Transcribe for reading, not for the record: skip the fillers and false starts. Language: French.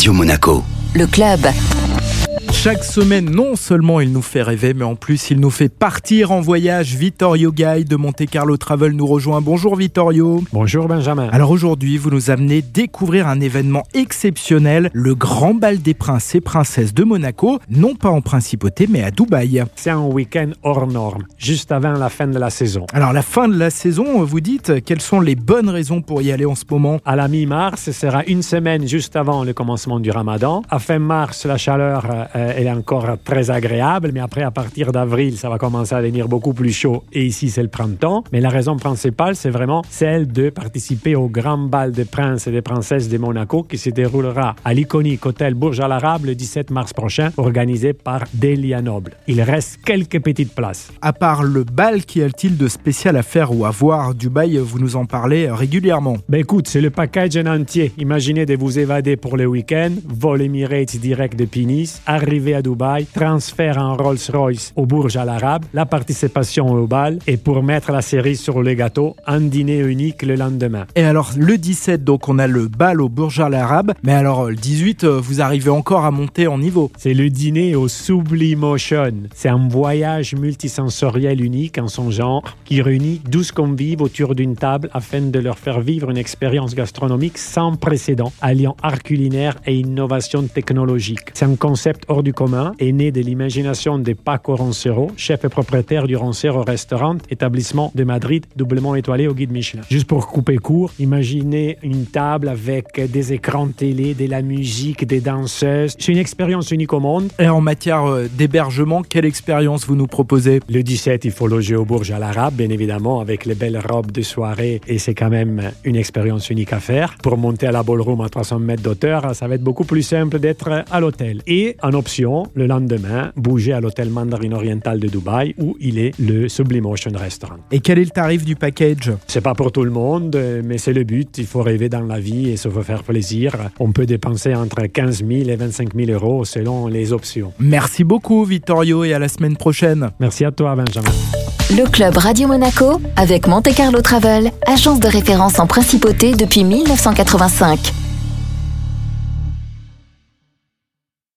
Radio Monaco. Le club. Chaque semaine, non seulement il nous fait rêver, mais en plus il nous fait partir en voyage. Vittorio Gay de Monte Carlo Travel nous rejoint. Bonjour Vittorio. Bonjour Benjamin. Alors aujourd'hui, vous nous amenez découvrir un événement exceptionnel, le Grand Bal des Princes et Princesses de Monaco, non pas en principauté, mais à Dubaï. C'est un week-end hors norme, juste avant la fin de la saison. Alors la fin de la saison, vous dites, quelles sont les bonnes raisons pour y aller en ce moment ? À la mi-mars, ce sera une semaine juste avant le commencement du Ramadan. À fin mars, la chaleur elle est encore très agréable, mais après, à partir d'avril, ça va commencer à devenir beaucoup plus chaud. Et ici, c'est le printemps. Mais la raison principale, c'est vraiment celle de participer au Grand Bal des Princes et des Princesses de Monaco qui se déroulera à l'iconique hôtel Burj Al Arab le 17 mars prochain, organisé par Delia Noble. Il reste quelques petites places. À part le bal, qu'y a-t-il de spécial à faire ou à voir ? Dubaï, vous nous en parlez régulièrement. Écoute, c'est le package en entier. Imaginez de vous évader pour le week-end, vol Emirates direct depuis Nice, arriver à Dubaï, transfert en Rolls-Royce au Burj Al Arab, la participation au bal et pour mettre la cerise sur le gâteau, un dîner unique le lendemain. Et alors le 17, donc on a le bal au Burj Al Arab, mais alors le 18, vous arrivez encore à monter en niveau. C'est le dîner au Sublimotion. C'est un voyage multisensoriel unique en son genre qui réunit 12 convives autour d'une table afin de leur faire vivre une expérience gastronomique sans précédent, alliant art culinaire et innovation technologique. C'est un concept hors du commun est né de l'imagination de Paco Roncero, chef et propriétaire du Roncero Restaurant, établissement de Madrid, doublement étoilé au guide Michelin. Juste pour couper court, imaginez une table avec des écrans télé, de la musique, des danseuses. C'est une expérience unique au monde. Et en matière d'hébergement, quelle expérience vous nous proposez ? Le 17, il faut loger au Burj Al Arab, bien évidemment, avec les belles robes de soirée, et c'est quand même une expérience unique à faire. Pour monter à la ballroom à 300 mètres d'auteur, ça va être beaucoup plus simple d'être à l'hôtel. Et en option, le lendemain, bouger à l'hôtel Mandarin Oriental de Dubaï où il est le Sublimotion Restaurant. Et quel est le tarif du package ? C'est pas pour tout le monde, mais c'est le but. Il faut rêver dans la vie et se faire plaisir. On peut dépenser entre 15 000 et 25 000 euros selon les options. Merci beaucoup Vittorio et à la semaine prochaine. Merci à toi Benjamin. Le club Radio Monaco avec Monte Carlo Travel, agence de référence en principauté depuis 1985.